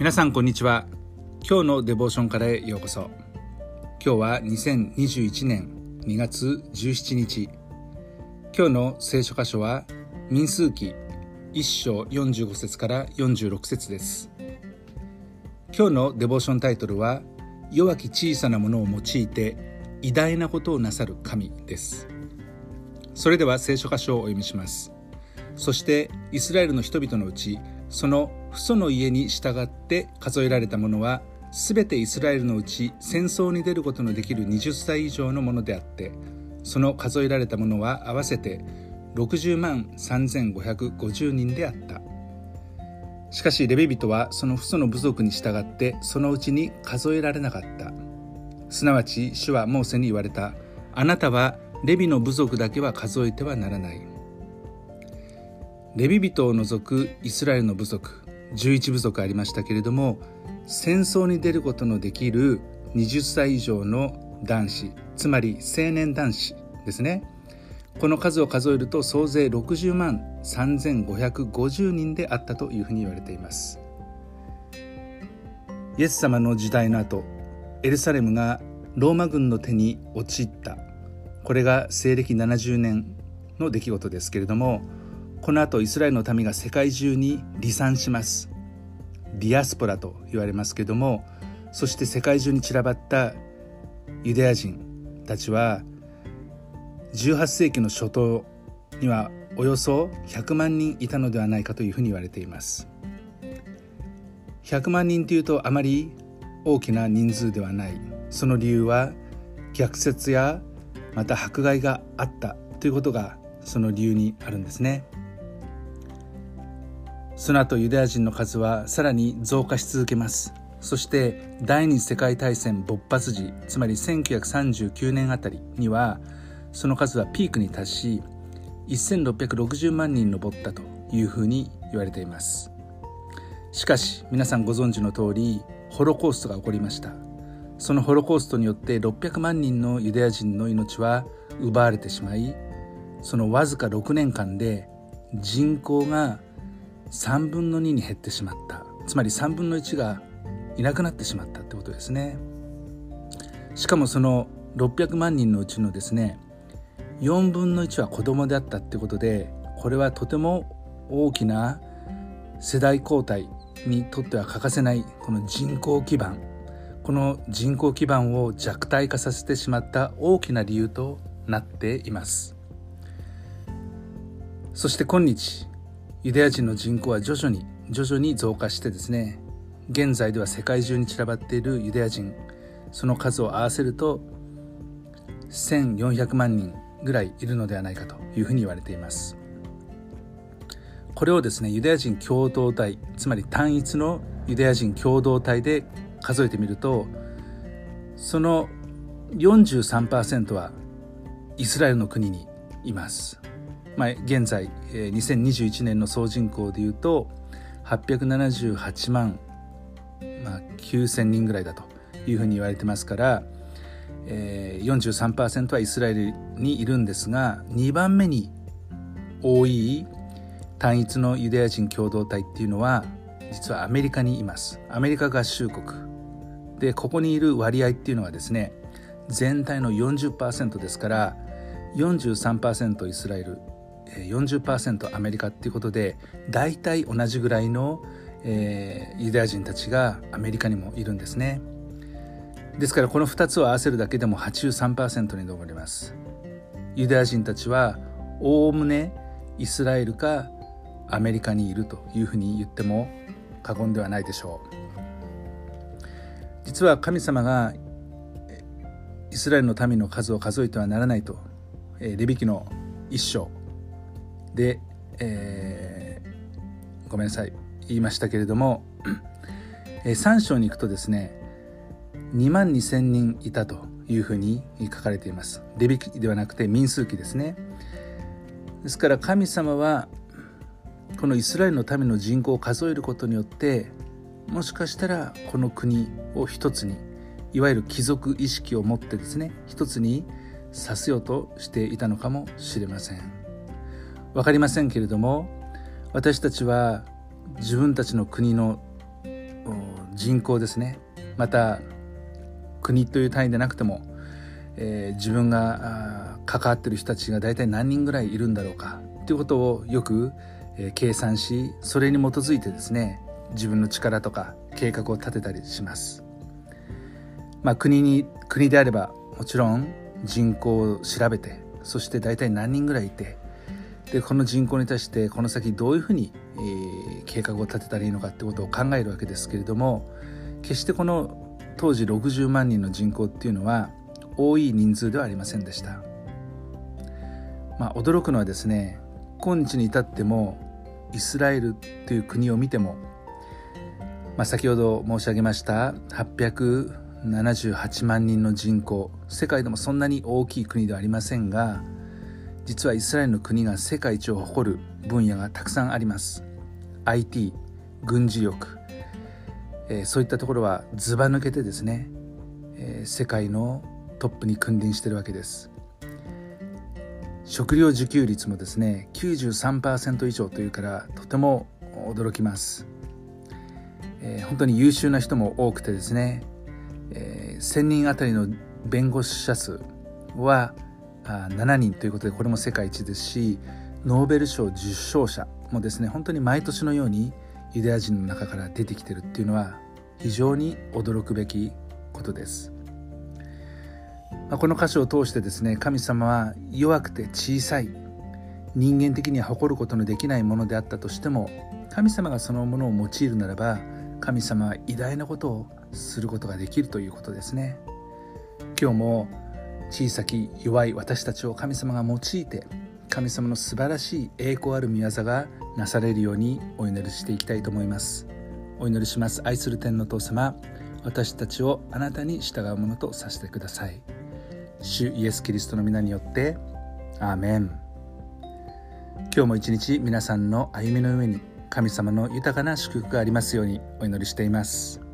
皆さんこんにちは。今日のデボーションからへようこそ。今日は2021年2月17日。今日の聖書箇所は民数記1章45節から46節です。今日のデボーションタイトルは弱き小さなものを用いて偉大なことをなさる神です。それでは聖書箇所をお読みします。そしてイスラエルの人々のうちその父祖の家に従って数えられた者はすべてイスラエルのうち戦争に出ることのできる20歳以上のものであって、その数えられた者は合わせて60万3550人であった。しかしレビ人はその父祖の部族に従ってそのうちに数えられなかった。すなわち主はモーセに言われた。あなたはレビの部族だけは数えてはならない。レビ人を除くイスラエルの部族11部族ありましたけれども、戦争に出ることのできる20歳以上の男子、つまり青年男子ですね。この数を数えると総勢60万3550人であったというふうに言われています。イエス様の時代の後、エルサレムがローマ軍の手に陥った。これが西暦70年の出来事ですけれども、この後イスラエルの民が世界中に離散します。ディアスポラと言われますけれども、そして世界中に散らばったユダヤ人たちは18世紀の初頭にはおよそ100万人いたのではないかというふうに言われています。100万人というとあまり大きな人数ではない。その理由は虐殺やまた迫害があったということがその理由にあるんですね。その後ユダヤ人の数はさらに増加し続けます。そして第二次世界大戦勃発時、つまり1939年あたりにはその数はピークに達し1660万人に上ったというふうに言われています。しかし皆さんご存知の通りホロコーストが起こりました。そのホロコーストによって600万人のユダヤ人の命は奪われてしまい、そのわずか6年間で人口が3分の2に減ってしまった。つまり3分の1がいなくなってしまったってことですね。しかもその600万人のうちのですね、4分の1は子供であったってことで、これはとても大きな世代交代にとっては欠かせないこの人口基盤、この人口基盤を弱体化させてしまった大きな理由となっています。そして今日ユダヤ人の人口は徐々に増加してですね、現在では世界中に散らばっているユダヤ人、その数を合わせると1400万人ぐらいいるのではないかというふうに言われています。これをですね、ユダヤ人共同体、つまり単一のユダヤ人共同体で数えてみると、その 43% はイスラエルの国にいます。現在2021年の総人口でいうと878万9000人ぐらいだというふうに言われてますから、43% はイスラエルにいるんですが、2番目に多い単一のユダヤ人共同体っていうのは実はアメリカにいます。アメリカ合衆国で、ここにいる割合っていうのはですね、全体の 40% ですから、 43% イスラエル、40% アメリカっていうことで、大体同じぐらいの、ユダヤ人たちがアメリカにもいるんですね。ですからこの2つを合わせるだけでも 83% に上ります。ユダヤ人たちはおおむねイスラエルかアメリカにいるというふうに言っても過言ではないでしょう。実は神様がイスラエルの民の数を数えてはならないと、レビ記の1章で、言いましたけれども、3章に行くとですね、2万2000人いたというふうに書かれています。レビ記ではなくて民数記ですね。ですから神様はこのイスラエルの民の人口を数えることによって、もしかしたらこの国を一つに、いわゆる貴族意識を持ってですね、一つにさせようとしていたのかもしれません。わかりませんけれども、私たちは自分たちの国の人口ですね、また国という単位でなくても、自分が関わっている人たちが大体何人ぐらいいるんだろうかということをよく、計算し、それに基づいてですね、自分の力とか計画を立てたりします。国であればもちろん人口を調べて、そして大体何人ぐらいいて、でこの人口に対してこの先どういうふうに、計画を立てたらいいのかってことを考えるわけですけれども、決してこの当時60万人の人口っていうのは多い人数ではありませんでした。驚くのはですね、今日に至ってもイスラエルという国を見ても、先ほど申し上げました878万人の人口、世界でもそんなに大きい国ではありませんが、実はイスラエルの国が世界一を誇る分野がたくさんあります。 IT、 軍事力、そういったところはずば抜けてですね、世界のトップに君臨しているわけです。食料自給率もですね 93% 以上というからとても驚きます。本当に優秀な人も多くてですね、1000人あたりの弁護士者数は7人ということで、これも世界一ですし、ノーベル賞受賞者もですね、本当に毎年のようにユダヤ人の中から出てきているっていうのは非常に驚くべきことです。この箇所を通してですね、神様は弱くて小さい、人間的には誇ることのできないものであったとしても、神様がそのものを用いるならば、神様は偉大なことをすることができるということですね。今日も小さき弱い私たちを神様が用いて、神様の素晴らしい栄光ある御業がなされるようにお祈りしていきたいと思います。お祈りします。愛する天のお父様、私たちをあなたに従うものとさせてください。主イエスキリストの皆によってアーメン。今日も一日皆さんの歩みの上に神様の豊かな祝福がありますようにお祈りしています。